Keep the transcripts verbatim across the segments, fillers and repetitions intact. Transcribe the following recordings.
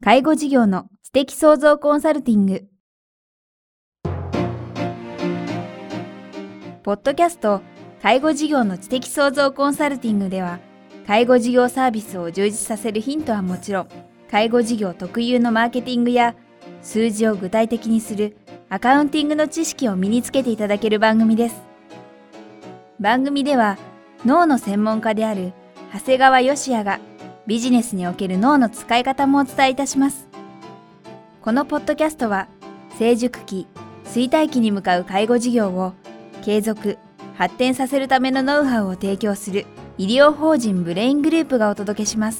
介護事業の知的創造コンサルティング。ポッドキャスト介護事業の知的創造コンサルティングでは、介護事業サービスを充実させるヒントはもちろん、介護事業特有のマーケティングや数字を具体的にするアカウンティングの知識を身につけていただける番組です。番組では脳の専門家である長谷川芳也がビジネスにおける脳の使い方もお伝えいたします。このポッドキャストは成熟期、衰退期に向かう介護事業を継続、発展させるためのノウハウを提供する医療法人ブレイングループがお届けします。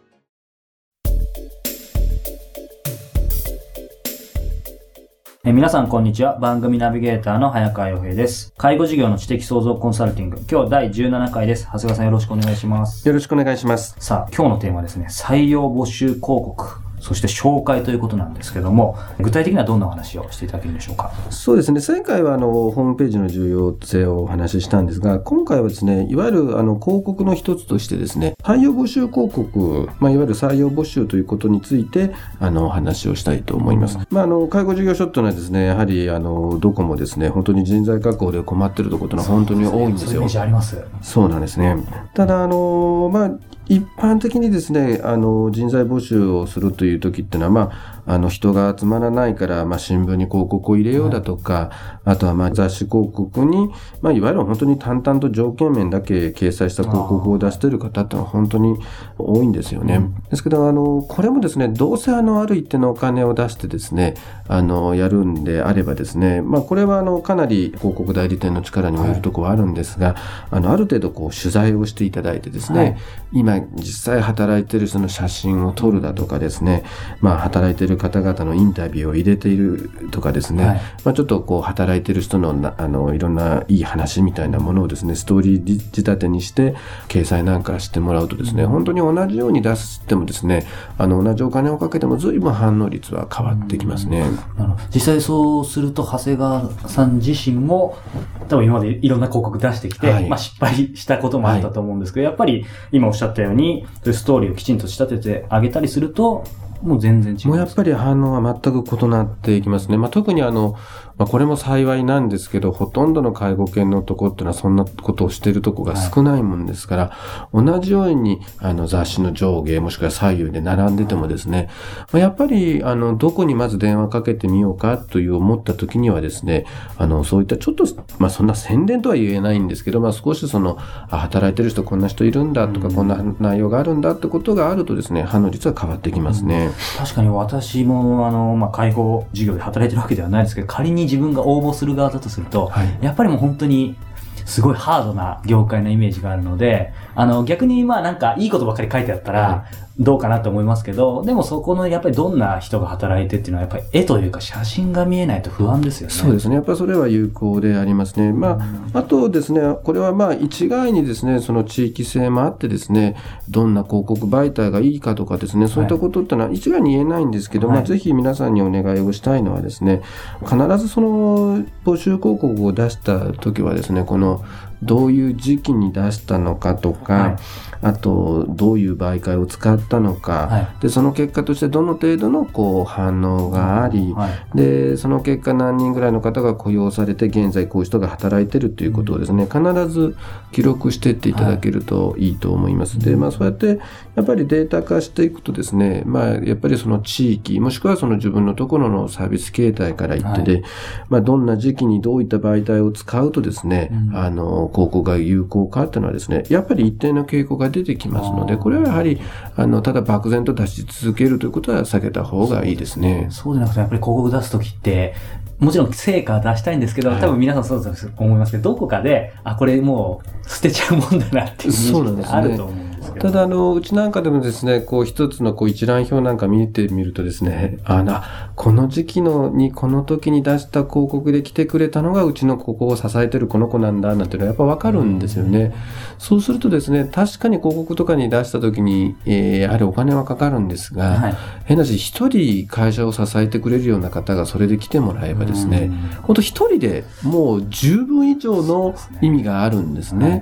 え皆さんこんにちは。番組ナビゲーターの早川洋平です。介護事業の知的創造コンサルティング、今日だいじゅうななかいです。長谷川さんよろしくお願いします。 よろしくお願いします。 さあ、今日のテーマはですね、採用募集広告、そして紹介ということなんですけども、具体的にはどんなお話をしていただけるんでしょうか。 そうですね、前回はあのホームページの重要性をお話ししたんですが、今回はですね、いわゆるあの広告の一つとしてですね、採用募集広告、まあ、いわゆる採用募集ということについてあのお話をしたいと思います。まあ、あの介護事業所というのはですね、やはりあのどこもですね、本当に人材確保で困っているところというのは本当に多いんですよ。そういうイメージあります。そうなんですね。ただあのまあ一般的にですね、あの人材募集をするという時っていうのは、まあ、あの人が集まらないから、まあ、新聞に広告を入れようだとか、はい、あとはまあ雑誌広告に、まあ、いわゆる本当に淡々と条件面だけ掲載した広告を出している方ってのは本当に多いんですよね。うん、ですけど、あのこれもですね、どうせあのある一定のお金を出してですね、あのやるんであればですね、まあ、これはあのかなり広告代理店の力にもよるところはあるんですが、はい、あのある程度こう取材をしていただいてですね、はい、今実際働いている人の写真を撮るだとかですね、まあ、働いている方々のインタビューを入れているとかですね、はい、まあ、ちょっとこう働いている人のあのいろんないい話みたいなものをですね、ストーリー仕立てにして掲載なんかしてもらうとですね、本当に同じように出してもですね、あの同じお金をかけても随分反応率は変わってきますね。 あの実際そうすると長谷川さん自身も多分今までいろんな広告出してきて、はい、まあ、失敗したこともあったと思うんですけど、はい、やっぱり今おっしゃったようにストーリーをきちんと仕立ててあげたりするともう全然違う。 もうやっぱり反応は全く異なっていきますね。まあ、特にあの、まあ、これも幸いなんですけど、ほとんどの介護系のところっていうのはそんなことをしているところが少ないもんですから、はい、同じようにあの雑誌の上下もしくは左右で並んでてもですね、まあ、やっぱりあのどこにまず電話かけてみようかという思った時にはですね、あのそういったちょっと、まあ、そんな宣伝とは言えないんですけど、まあ、少しそのあ働いてる人こんな人いるんだとか、うん、こんな内容があるんだってことがあるとですね、反応率は変わってきますね。うん、 確かに私もあの、まあ、介護事業で働いてるわけではないですけど、仮に自分が応募する側だとすると、はい、やっぱりもう本当にすごいハードな業界のイメージがあるので、あの逆にまあなんかいいことばっかり書いてあったらどうかなと思いますけど、でもそこのやっぱりどんな人が働いてっていうのはやっぱり絵というか写真が見えないと不安ですよね。 そうですね。やっぱりそれは有効でありますね。まあ、あとですね、これはまあ一概にですね、その地域性もあってですね、どんな広告媒体がいいかとかですね、そういったことってのは一概に言えないんですけど、はい、まあぜひ皆さんにお願いをしたいのはですね、必ずその募集広告を出した時はですね、このどういう時期に出したのかとか、はい、あとどういう媒介を使ったのか、はい、でその結果としてどの程度のこう反応があり、はい、でその結果何人ぐらいの方が雇用されて現在こういう人が働いているということをですね、必ず記録していっていただけるといいと思います。はい、で、まあ、そうやってやっぱりデータ化していくとですね、まあ、やっぱりその地域もしくはその自分のところのサービス形態から言ってで、はい、まあ、どんな時期にどういった媒体を使うとですね、うん、あの広告が有効かっていうのはですね、やっぱり一定の傾向が出てきますので、これはやはりあのただ漠然と出し続けるということは避けた方がいいですね。 そうじゃなくてやっぱり広告出すときってもちろん成果出したいんですけど、はい、多分皆さんそうだと思いますけど、どこかであこれもう捨てちゃうもんだなっていう認識ってあると思うんですけど、 ただあのうちなんかでもですね、こう一つのこう一覧表なんか見てみるとですね、あなこの時期のにこの時に出した広告で来てくれたのがうちのここを支えてるこの子なんだなんていうのはやっぱ分かるんですよね。うん、そうするとですね、確かに広告とかに出した時に、えー、やはりお金はかかるんですが、はい、変な話一人会社を支えてくれるような方がそれで来てもらえばですね、本当一人でもう十分以上の意味があるんですね。はい、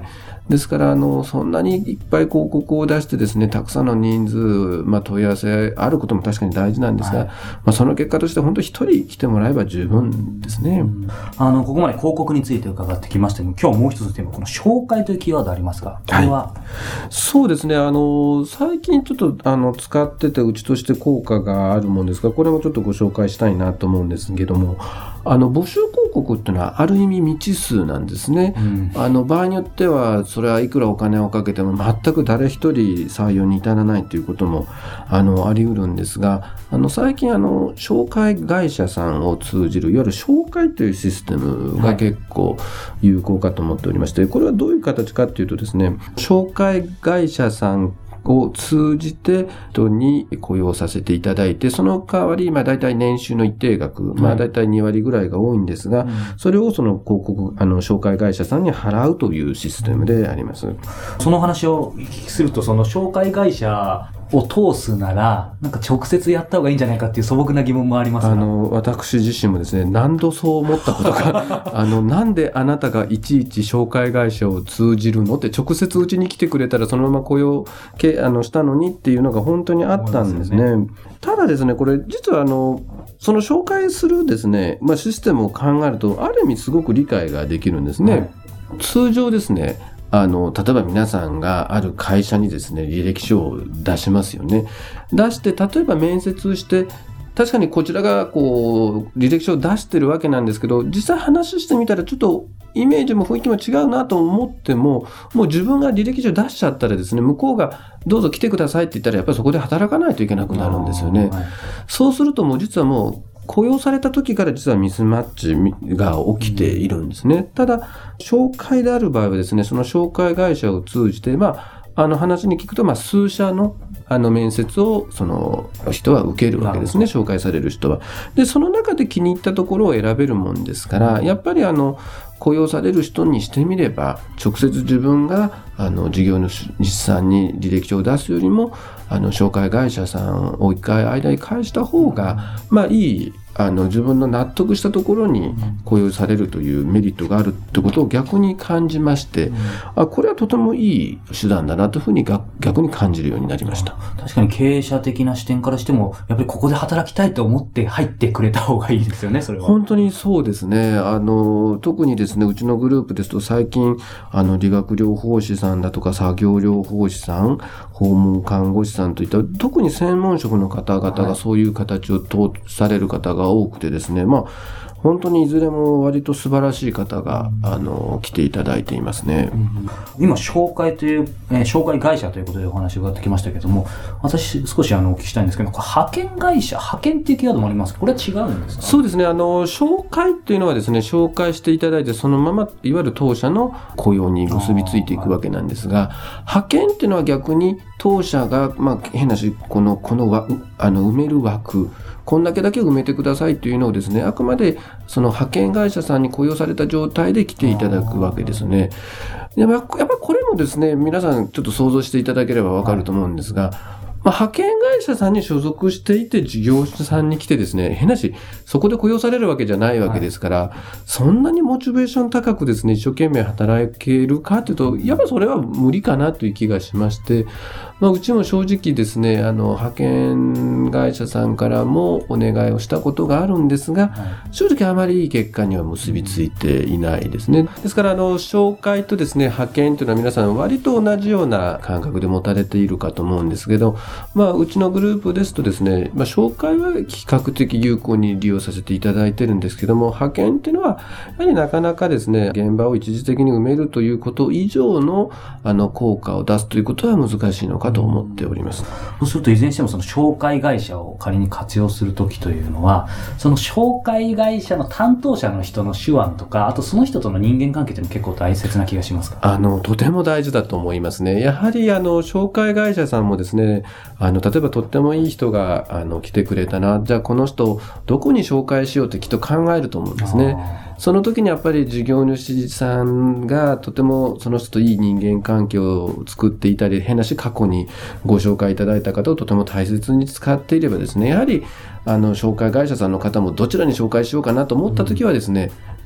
ですからあのそんなにいっぱい広告を出してですね、たくさんの人数、まあ、問い合わせあることも確かに大事なんですが、はい、まあ、その結果として本当一人来てもらえば十分ですね。うん、 あのここまで広告について伺ってきましたけど、今日もう一つテーマ、この紹介というキーワードありますが、これは、はい、 そうですね、あの最近ちょっとあの使っててうちとして効果があるもんですが、これもちょっとご紹介したいなと思うんですけども、あの募集広告っていうのはある意味未知数なんですね。うん、あの場合によってはそれはいくらお金をかけても全く誰一人採用に至らないということもあのあり得るんですが、あの最近あの紹介会社さんを通じるいわゆる紹介というシステムが結構有効かと思っておりまして、これはどういう形かというとですね、紹介会社さんを通じて人に雇用させていただいて、その代わり、まあ大体年収の一定額、まあ大体に割ぐらいが多いんですが、うん、それをその広告、あの、紹介会社さんに払うというシステムであります。 その話をお聞きすると、その紹介会社を通すなら、なんか直接やった方がいいんじゃないかっていう素朴な疑問もありますが、 あの、私自身もですね、何度そう思ったことか、あの、なんであなたがいちいち紹介会社を通じるのって直接うちに来てくれたらそのまま雇用けあのしたのにっていうのが本当にあったんですね。ね、ただですね、これ実はあの、その紹介するですね、まあ、システムを考えると、ある意味すごく理解ができるんですね。はい、通常ですね、あの、例えば皆さんがある会社にですね、履歴書を出しますよね。出して、例えば面接して、確かにこちらがこう、履歴書を出してるわけなんですけど、実際話してみたらちょっとイメージも雰囲気も違うなと思っても、もう自分が履歴書出しちゃったらですね、向こうがどうぞ来てくださいって言ったら、やっぱりそこで働かないといけなくなるんですよね。はい、そうするともう実はもう、雇用された時から実はミスマッチが起きているんですね。ただ、紹介である場合はですね、その紹介会社を通じて、まあ、あの話に聞くと、まあ、数社のあの面接をその人は受けるわけですね、紹介される人は。で、その中で気に入ったところを選べるもんですから、やっぱりあの、雇用される人にしてみれば、直接自分があの事業主さんに履歴書を出すよりも、あの紹介会社さんを一回間に返した方が、まあいい、あの自分の納得したところに雇用されるというメリットがあるってことを逆に感じまして、あ、これはとてもいい手段だなというふうに逆に感じるようになりました。 確かに経営者的な視点からしても、やっぱりここで働きたいと思って入ってくれた方がいいですよね、それは。 本当にそうですね。あの、特にですね、うちのグループですと最近、あの、理学療法士さんだとか作業療法士さん、訪問看護師さんといった特に専門職の方々がそういう形を通される方が多くてですね、まあ本当にいずれも割と素晴らしい方が、うん、あの来ていただいていますね。うん、 今紹介という、えー、紹介会社ということでお話を伺ってきましたけども、私少しあのお聞きしたいんですけど、派遣会社、派遣っていうキーワードもあります。これは違うんですか？ そうですね。あの紹介っていうのはですね、紹介していただいてそのままいわゆる当社の雇用に結びついていくわけなんですが、派遣っていうのは逆に当社がまあ変なしこのこのわあの埋める枠。こんだけだけ埋めてくださいというのをですね、あくまでその派遣会社さんに雇用された状態で来ていただくわけですね。やっぱりこれもですね、皆さんちょっと想像していただければわかると思うんですが、まあ、派遣会社さんに所属していて事業者さんに来てですね、変なし、そこで雇用されるわけじゃないわけですから、はい、そんなにモチベーション高くですね、一生懸命働けるかというと、やっぱそれは無理かなという気がしまして、まあ、うちも正直ですね、あの、派遣会社さんからもお願いをしたことがあるんですが、はい、正直あまりいい結果には結びついていないですね。ですから、あの、紹介とですね、派遣というのは皆さん割と同じような感覚で持たれているかと思うんですけど、まあ、うちのグループですとですね、まあ、紹介は比較的有効に利用させていただいているんですけども、派遣っていうのは、やはりなかなかですね、現場を一時的に埋めるということ以上の、あの、効果を出すということは難しいのかと思っております。 そうすると、いずれにしてもその紹介会社を仮に活用するときというのは、その紹介会社の担当者の人の手腕とか、あとその人との人間関係というのは結構大切な気がしますか？ あの、とても大事だと思いますね。やはり、あの、紹介会社さんもですね、あの、例えばとってもいい人があの来てくれたな、じゃあこの人どこに紹介しようってきっと考えると思うんですね。その時にやっぱり事業主さんがとてもその人といい人間関係を作っていたり、変なし過去にご紹介いただいた方をとても大切に使っていればですね、やはりあの紹介会社さんの方もどちらに紹介しようかなと思った時はですね、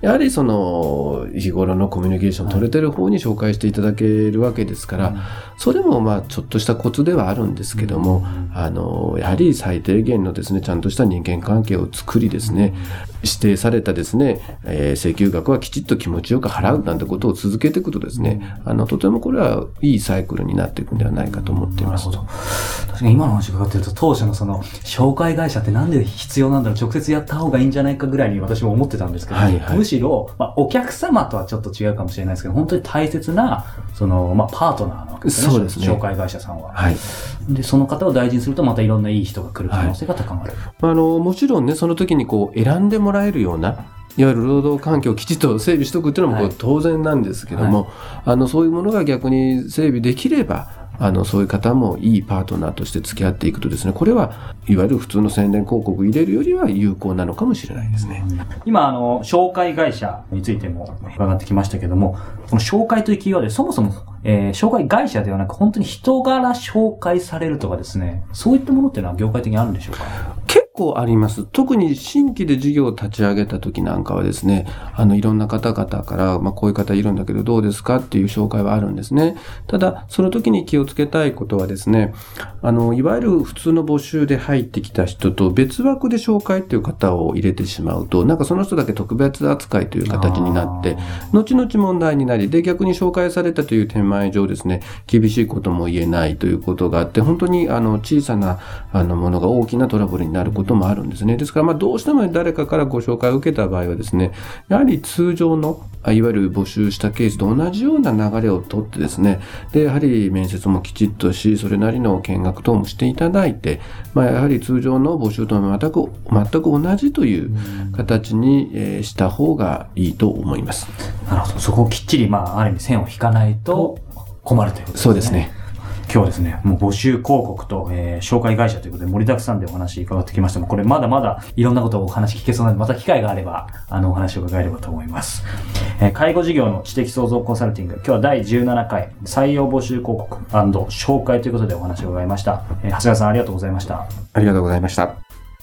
やはりその日頃のコミュニケーション取れてる方に紹介していただけるわけですから、はい、それもまあちょっとしたコツではあるんですけども、うん、あのやはり最低限のですねちゃんとした人間関係を作りですね、指定されたですね、えー、請求額はきちっと気持ちよく払うなんてことを続けていくとですね、あのとてもこれはいいサイクルになっていくんではないかと思っています。 なるほど。確かに今の話を伺っていると、当初のその紹介会社ってなんで必要なんだろう、直接やった方がいいんじゃないかぐらいに私も思ってたんですけど、はいはい、むしろ、まあ、お客様とはちょっと違うかもしれないですけど、本当に大切なその、まあ、パートナーなわけですね。そうですね。紹介会社さんは。はい。で、その方を大事にするとまたいろんないい人が来る可能性が高まる。 はい、あのもちろんね、その時にこう選んでもらえるようないわゆる労働環境をきちっと整備しておくっていうのもこう当然なんですけども、はいはい、あのそういうものが逆に整備できれば、あのそういう方もいいパートナーとして付き合っていくとですね、これはいわゆる普通の宣伝広告入れるよりは有効なのかもしれないですね。 今あの紹介会社についても伺ってきましたけども、この紹介というキーワードでそもそも、えー、紹介会社ではなく本当に人柄紹介されるとかですね、そういったものっていうのは業界的にあるんでしょうか？ 結構あります。特に新規で事業を立ち上げた時なんかはですね、あのいろんな方々から、まあ、こういう方いるんだけどどうですかっていう紹介はあるんですね。ただその時に気をつけたいことはですね、あのいわゆる普通の募集で入ってきた人と別枠で紹介っていう方を入れてしまうと、なんかその人だけ特別扱いという形になって後々問題になり、で逆に紹介されたという手前上ですね、厳しいことも言えないということがあって、本当にあの小さなあのものが大きなトラブルになることもあるんですね。ですからまあどうしても誰かからご紹介を受けた場合はですね、やはり通常のいわゆる募集したケースと同じような流れをとってですね、でやはり面接もきちっとし、それなりの見学等もしていただいて、まあ、やはり通常の募集と全く全く同じという形に、えー、した方がいいと思います。 なるほど。そこをきっちり、まあ、ある意味線を引かないと困るということですね。 そうですね。 今日はですね、もう募集広告と、えー、紹介会社ということで盛りだくさんでお話伺ってきましたが、これまだまだいろんなことをお話聞けそうなので、また機会があれば、あのお話を伺えればと思います。えー、介護事業の知的創造コンサルティング、今日はだいじゅうななかい採用募集広告&紹介ということでお話を伺いました。えー、長谷川さんありがとうございました。 ありがとうございました。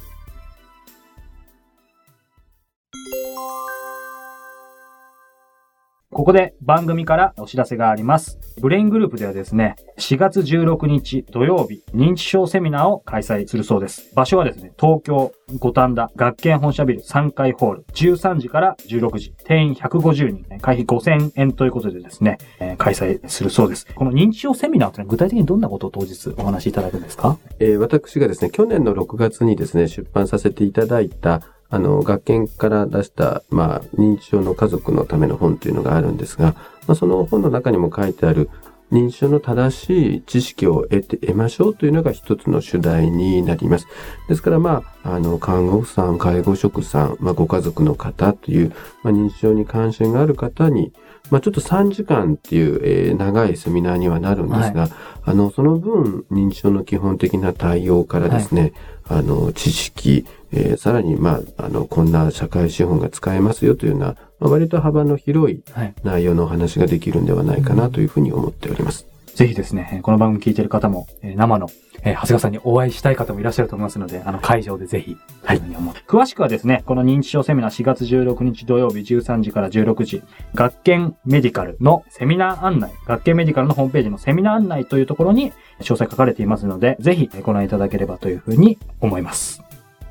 ここで番組からお知らせがあります。ブレイングループではですね、しがつじゅうろくにち土曜日、認知症セミナーを開催するそうです。場所はですね、東京五反田学研本社ビルさんかいホール、じゅうさんじからじゅうろくじ、定員ひゃくごじゅうにん、会費ごせんえんということでですね、えー、開催するそうです。この認知症セミナーというのは具体的にどんなことを当日お話しいただくんですか？ えー、私がですね、去年のろくがつにですね、出版させていただいたあの、学研から出した、まあ、認知症の家族のための本というのがあるんですが、まあ、その本の中にも書いてある、認知症の正しい知識を得て、得ましょうというのが一つの主題になります。ですから、まあ、あの、看護婦さん、介護職さん、まあ、ご家族の方という、まあ、認知症に関心がある方に、まあ、ちょっとさんじかんっていう、えー、長いセミナーにはなるんですが、はい、あの、その分、認知症の基本的な対応からですね、はい、あの、知識、えー、さらに、まあ、あの、こんな社会資本が使えますよというような、まあ、割と幅の広い内容のお話ができるんではないかなというふうに思っております。 ぜひですね、この番組聞いている方も、生の長谷川さんにお会いしたい方もいらっしゃると思いますので、あの、会場でぜひ、はい。詳しくはですね、この認知症セミナーしがつじゅうろくにち土曜日じゅうさんじからじゅうろくじ、学研メディカルのセミナー案内、学研メディカルのホームページのセミナー案内というところに詳細書かれていますので、ぜひご覧いただければというふうに思います。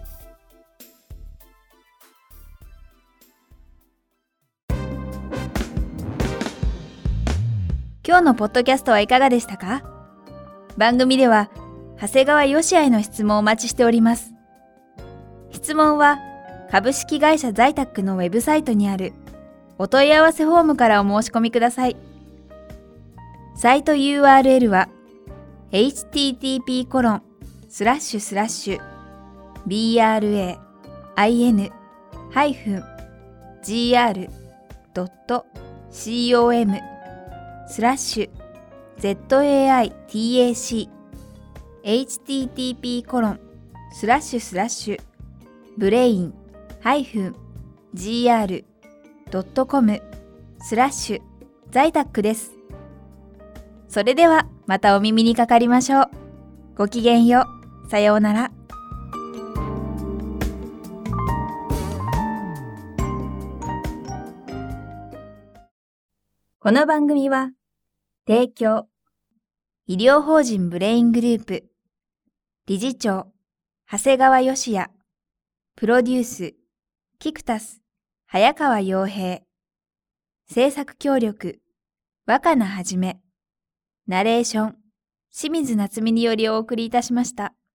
今日のポッドキャストはいかがでしたか？番組では長谷川よしあへの質問をお待ちしております。質問は株式会社在宅のウェブサイトにあるお問い合わせフォームからお申し込みください。サイト ユーアールエル は エイチティーティーピーコロンスラッシュスラッシュビーアールエーアイエヌハイフンジーアールドットコムスラッシュ zaitacエイチティーティーピーコロンスラッシュスラッシュブレインハイフンジーアールドットコムスラッシュ在宅です。それではまたお耳にかかりましょう。ごきげんよう。さようなら。 この番組は、提供、医療法人ブレイングループ、理事長、長谷川義也、プロデュース、キクタス、早川洋平、制作協力、若菜はじめ、ナレーション、清水夏美によりお送りいたしました。